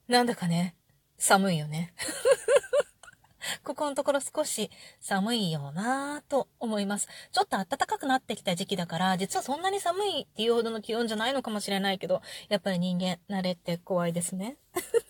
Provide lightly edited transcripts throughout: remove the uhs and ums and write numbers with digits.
なんだかね、寒いよね。ここのところ少し寒いよなぁと思います。ちょっと暖かくなってきた時期だから、実はそんなに寒いっていうほどの気温じゃないのかもしれないけど、やっぱり人間慣れって怖いですね。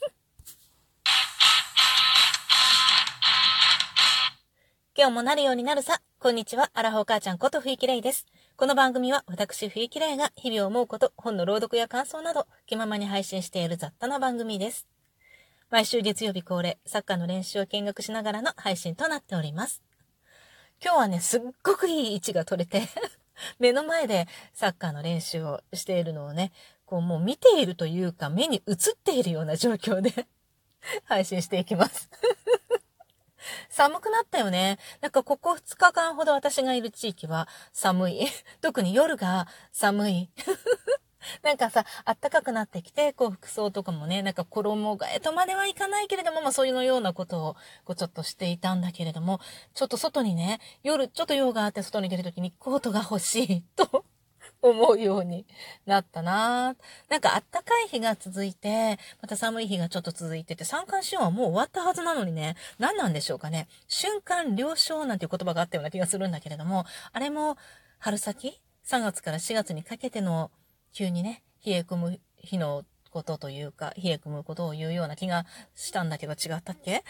今日もなるようになるさ。こんにちは、アラフォー母ちゃんこと冬木玲です。この番組は私冬木玲が日々思うこと、本の朗読や感想など気ままに配信している雑多な番組です。毎週月曜日恒例、サッカーの練習を見学しながらの配信となっております。今日はね、すっごくいい位置が取れて目の前でサッカーの練習をしているのをね、こうもう見ているというか目に映っているような状況で配信していきます。寒くなったよね。なんかここ2日間ほど私がいる地域は寒い。特に夜が寒い。なんかさ、暖かくなってきて、こう服装とかもね、なんか衣替えとまではいかないけれども、まあそういうのようなことをこうちょっとしていたんだけれども、ちょっと外にね、夜ちょっと用があって外に出るときにコートが欲しいと思うようになったな。なんか暖かい日が続いて、また寒い日がちょっと続いてて、三寒四温はもう終わったはずなのにね、何なんでしょうかね。瞬間良少なんていう言葉があったような気がするんだけれども、あれも春先、3月から4月にかけての急にね、冷え込む日のことというか、冷え込むことを言うような気がしたんだけど違ったっけ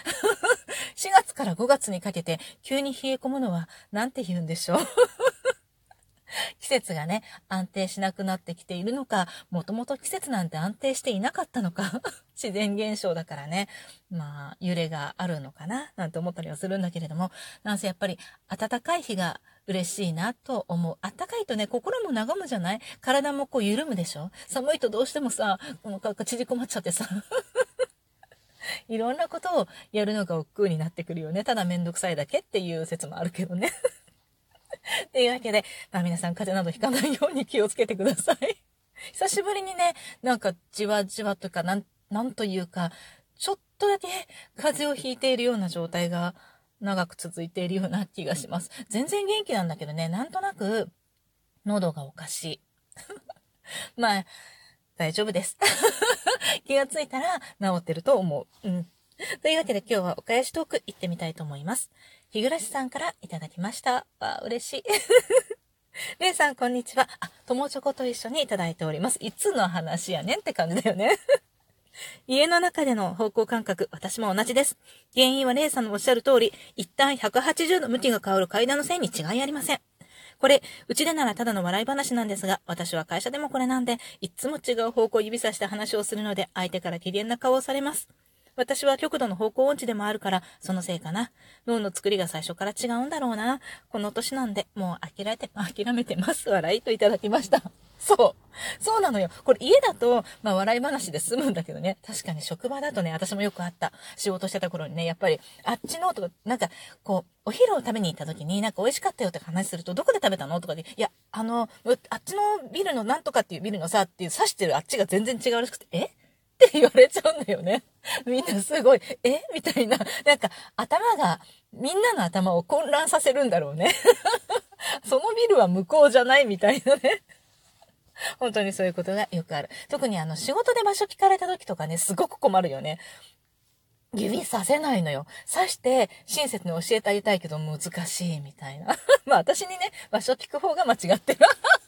4月から5月にかけて急に冷え込むのは何て言うんでしょう季節がね、安定しなくなってきているのか、もともと季節なんて安定していなかったのか、自然現象だからね、まあ、揺れがあるのかな、なんて思ったりはするんだけれども、なんせやっぱり暖かい日が嬉しいなと思う。暖かいとね、心も和むじゃない？体もこう緩むでしょ？寒いとどうしてもさ、縮こまっちゃってさ、いろんなことをやるのが億劫になってくるよね。ただめんどくさいだけっていう説もあるけどね。というわけで、まあ皆さん風邪などひかないように気をつけてください。久しぶりにね、なんかじわじわとかなんというか、ちょっとだけ風邪をひいているような状態が長く続いているような気がします。全然元気なんだけどね、なんとなく喉がおかしい。まあ、大丈夫です。気がついたら治ってると思う。というわけで今日はお返しトーク行ってみたいと思います。日暮さんからいただきました。嬉しい。れいさん、こんにちは。友チョコと一緒にいただいております。いつの話やねんって感じだよね。家の中での方向感覚、私も同じです。原因はレイさんのおっしゃる通り、一旦180度向きが変わる階段の線に違いありません。これ、うちでならただの笑い話なんですが、私は会社でもこれなんで、いつも違う方向を指さして話をするので、相手から機嫌な顔をされます。私は極度の方向音痴でもあるから、そのせいかな。脳の作りが最初から違うんだろうな。この年なんで、もう諦めてます。笑いといただきました。そうなのよ。これ家だと、笑い話で済むんだけどね。確かに職場だとね、私もよくあった。仕事してた頃にね、やっぱり、あっちのとか、なんか、こう、お昼を食べに行った時に、なんか美味しかったよって話すると、どこで食べたのとかで、いや、あっちのビルのなんとかっていうビルのさ、っていう指してるあっちが全然違うらしくて、って言われちゃうんだよね。みんなすごい、みたいな。なんか、みんなの頭を混乱させるんだろうね。そのビルは向こうじゃないみたいなね。本当にそういうことがよくある。特に仕事で場所聞かれた時とかね、すごく困るよね。指させないのよ。刺して親切に教えてあげたいけど難しいみたいな。私にね、場所聞く方が間違ってる。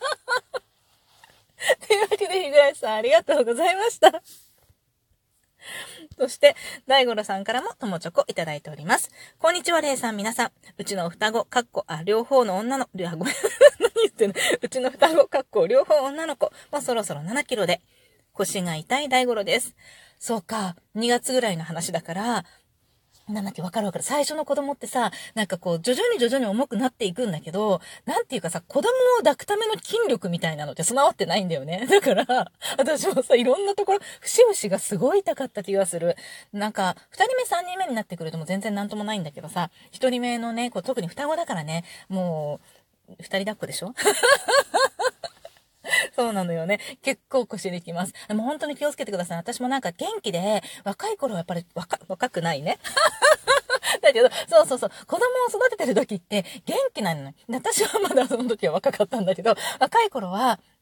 というわけで、日暮さんありがとうございました。そして、大五郎さんからも友チョコいただいております。こんにちは、レイさん、皆さん。うちの双子、両方の女の、ごめん、何言ってんの。うちの双子、両方女の子、もうそろそろ7キロで、腰が痛い大五郎です。そうか、2月ぐらいの話だから、なんだっけ、わかる。最初の子供ってさ、なんかこう、徐々に重くなっていくんだけど、なんていうかさ、子供を抱くための筋力みたいなのって備わってないんだよね。だから、私もさ、いろんなところ、節々がすごい痛かった気がする。なんか、二人目、三人目になってくるともう全然なんともないんだけどさ、一人目のね、こう特に双子だからね、もう、二人抱っこでしょそうなのよね。結構腰にきます。でも本当に気をつけてください。私もなんか元気で、若い頃はやっぱり若くないね。だけど、そう。子供を育ててる時って元気なの。私はまだその時は若かったんだけど、若い頃は、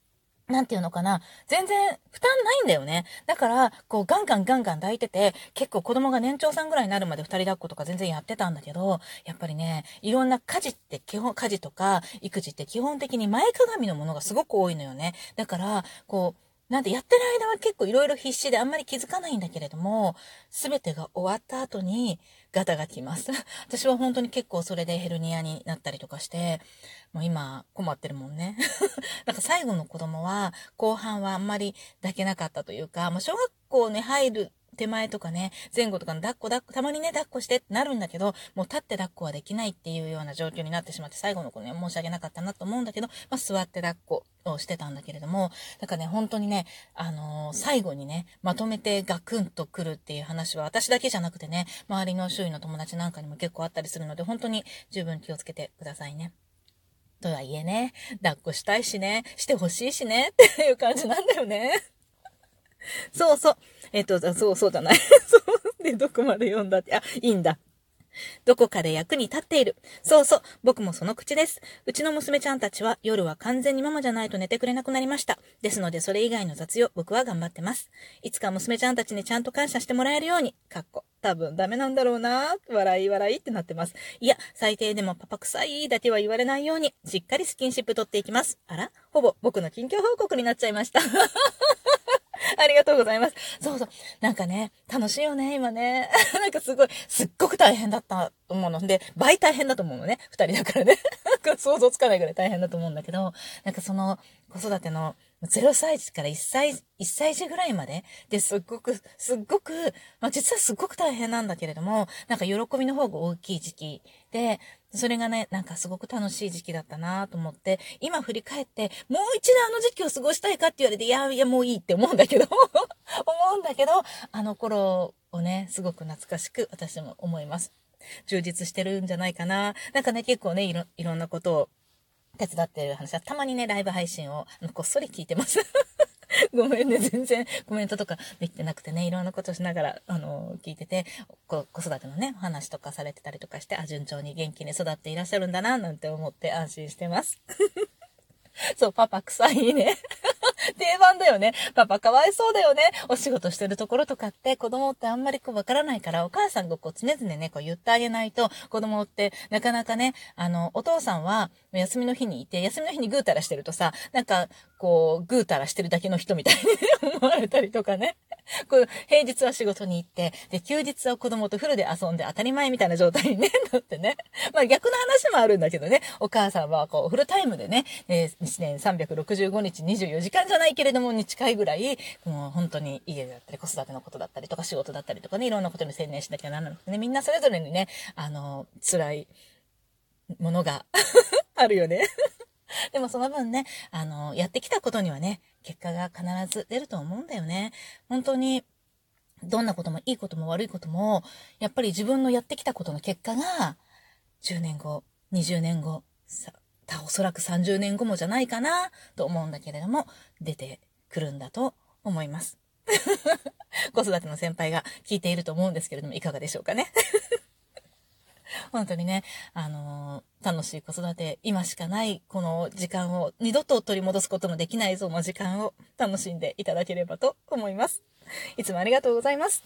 なんていうのかな。全然負担ないんだよね。だから、こうガンガン抱いてて、結構子供が年長さんぐらいになるまで二人抱っことか全然やってたんだけど、やっぱりね、いろんな家事とか育児って基本的に前かがみのものがすごく多いのよね。だから、こう、なんてやってる間は結構いろいろ必死であんまり気づかないんだけれども、すべてが終わった後にガタが来ます。私は本当に結構それでヘルニアになったりとかして、もう今困ってるもんね。なんか最後の子供は後半はあんまり抱けなかったというか、もう小学校ね入る手前とかね、前後とかの抱っこ、たまにね、抱っこしてってなるんだけど、もう立って抱っこはできないっていうような状況になってしまって、最後の子ね、申し訳なかったなと思うんだけど、座って抱っこをしてたんだけれども、だからね、本当にね、最後にね、まとめてガクンと来るっていう話は、私だけじゃなくてね、周りの周囲の友達なんかにも結構あったりするので、本当に十分気をつけてくださいね。とはいえね、抱っこしたいしね、してほしいしね、っていう感じなんだよね。そうそう。そうじゃない。そうで、どこまで読んだって。いいんだ。どこかで役に立っている。そうそう。僕もその口です。うちの娘ちゃんたちは夜は完全にママじゃないと寝てくれなくなりました。ですのでそれ以外の雑用、僕は頑張ってます。いつか娘ちゃんたちにちゃんと感謝してもらえるように、多分ダメなんだろうな。笑いってなってます。いや、最低でもパパ臭いだけは言われないように、しっかりスキンシップ取っていきます。あら、ほぼ僕の近況報告になっちゃいました。ありがとうございます。そうそう。なんかね、楽しいよね、今ね。なんかすっごく大変だったと思うので、倍大変だと思うのね。二人だからね。なんか想像つかないぐらい大変だと思うんだけど、なんかその子育ての0歳児から1歳児ぐらいまで、で、すっごく、実はすっごく大変なんだけれども、なんか喜びの方が大きい時期で、それがね、なんかすごく楽しい時期だったなと思って、今振り返って、もう一度あの時期を過ごしたいかって言われて、いや、もういいって思うんだけど、あの頃をね、すごく懐かしく私も思います。充実してるんじゃないかな。なんかね、結構ね、いろんなことを手伝ってる話は、たまにね、ライブ配信をこっそり聞いてます。ごめんね、全然コメントとかできてなくてね、いろんなことしながら、聞いてて、子育てのね、お話とかされてたりとかして、順調に元気に育っていらっしゃるんだな、なんて思って安心してます。そう、パパ臭いね。定番だよね。パパかわいそうだよね。お仕事してるところとかって子供ってあんまりわからないから、お母さんが常々ね、言ってあげないと、子供ってなかなかね、お父さんは休みの日にいて、休みの日にぐうたらしてるとさ、なんか、ぐうたらしてるだけの人みたいに思われたりとかね。平日は仕事に行って、で、休日は子供とフルで遊んで当たり前みたいな状態にね、なってね。まあ逆の話もあるんだけどね、お母さんはフルタイムでね、1年365日24時間じゃないけれどもに近いぐらい、もう本当に家だったり子育てのことだったりとか仕事だったりとかね、いろんなことに専念しなきゃならなくてね、みんなそれぞれにね、辛いものがあるよね。でもその分ね、やってきたことにはね、結果が必ず出ると思うんだよね。本当に、どんなこともいいことも悪いことも、やっぱり自分のやってきたことの結果が、10年後、20年後、おそらく30年後もじゃないかな、と思うんだけれども、出てくるんだと思います。子育ての先輩が聞いていると思うんですけれども、いかがでしょうかね。本当にね、楽しい子育て、今しかないこの時間を二度と取り戻すことのできないその時間を楽しんでいただければと思います。いつもありがとうございます。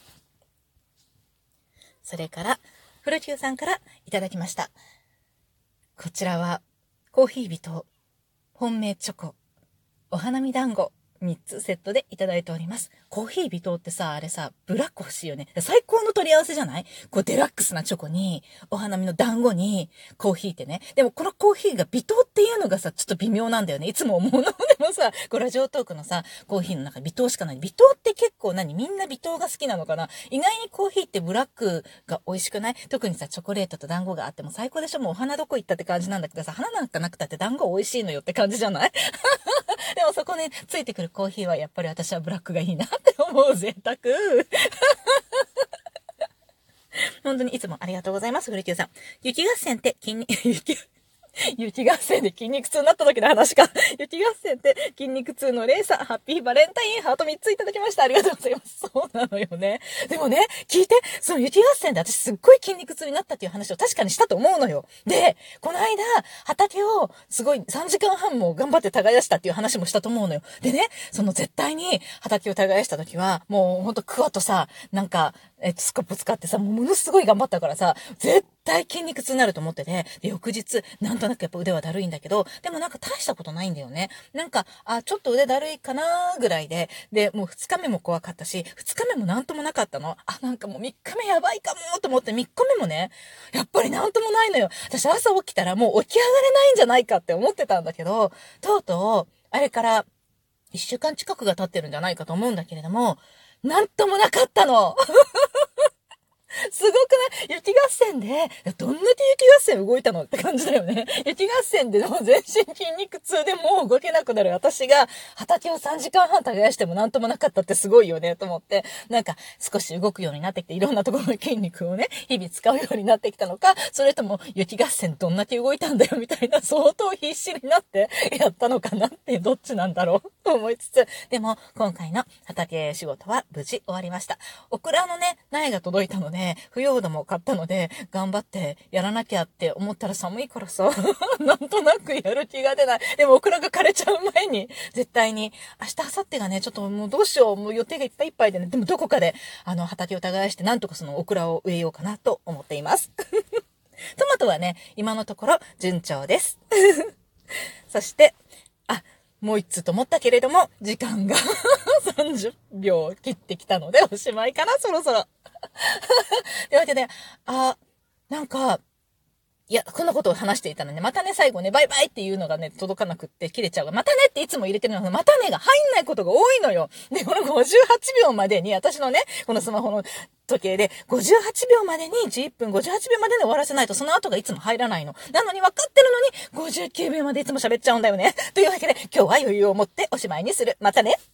それから、フルキューさんからいただきました。こちらは、コーヒー人、本命チョコ、お花見団子、3つセットでいただいております。コーヒー微糖ってさ、あれさ、ブラック欲しいよね。最高の取り合わせじゃない？デラックスなチョコに、お花見の団子に、コーヒーってね。でもこのコーヒーが微糖っていうのがさ、ちょっと微妙なんだよね。いつも思うの。でもさ、ラジオトークのさ、コーヒーの中に微糖しかない。微糖って結構みんな微糖が好きなのかな？意外にコーヒーってブラックが美味しくない？特にさ、チョコレートと団子があっても最高でしょ？もうお花どこ行ったって感じなんだけどさ、花なんかなくたって団子美味しいのよって感じじゃない？でもそこについてくるコーヒーはやっぱり私はブラックがいいなって思う。贅沢。本当にいつもありがとうございます、フルキューさん。雪合戦って雪雪合戦で筋肉痛になった時の話か。雪合戦って筋肉痛のレーサー、ハッピーバレンタイン、ハート3ついただきました。ありがとうございます。そうなのよね。でもね、聞いて、その雪合戦で私すっごい筋肉痛になったっていう話を確かにしたと思うのよ。で、この間、畑をすごい3時間半も頑張って耕したっていう話もしたと思うのよ。でね、その絶対に畑を耕した時は、もうほんとクワとさ、なんか、スコップ使ってさ、ものすごい頑張ったからさ、絶対筋肉痛になると思ってて、で、翌日、なんとなくやっぱ腕はだるいんだけど、でもなんか大したことないんだよね。なんか、ちょっと腕だるいかなぐらいで、で、もう2日目も怖かったし、2日目もなんともなかったの。なんかもう3日目やばいかもと思って、3日目もね、やっぱりなんともないのよ。私朝起きたらもう起き上がれないんじゃないかって思ってたんだけど、とうとう、あれから1週間近くが経ってるんじゃないかと思うんだけれども、なんともなかったの。すごくない？雪合戦で、どんだけ雪合戦動いたのって感じだよね。雪合戦でもう全身筋肉痛でもう動けなくなる私が畑を3時間半耕してもなんともなかったってすごいよねと思って、なんか少し動くようになってきて、いろんなところの筋肉をね、日々使うようになってきたのか、それとも雪合戦どんだけ動いたんだよみたいな相当必死になってやったのかなってどっちなんだろうと思いつつ、でも今回の畑仕事は無事終わりました。オクラのね、苗が届いたので、腐葉土も買ったので頑張ってやらなきゃって思ったら寒いからさなんとなくやる気が出ない。でもオクラが枯れちゃう前に絶対に明日明後日がねちょっともうどうしよう、もう予定がいっぱいいっぱいでね、でもどこかで畑を耕してなんとかそのオクラを植えようかなと思っていますトマトはね今のところ順調ですそしてもう一通と思ったけれども時間が30秒切ってきたのでおしまいかな、そろそろというわけで、なんか、いや、こんなことを話していたのね。またね、最後ね、バイバイっていうのがね、届かなくって切れちゃうが、またねっていつも入れてるのが、またねが入んないことが多いのよ。で、この58秒までに、私のね、このスマホの時計で、58秒までに、11分58秒までに終わらせないと、その後がいつも入らないの。なのに分かってるのに、59秒までいつも喋っちゃうんだよね。というわけで、今日は余裕を持っておしまいにする。またね。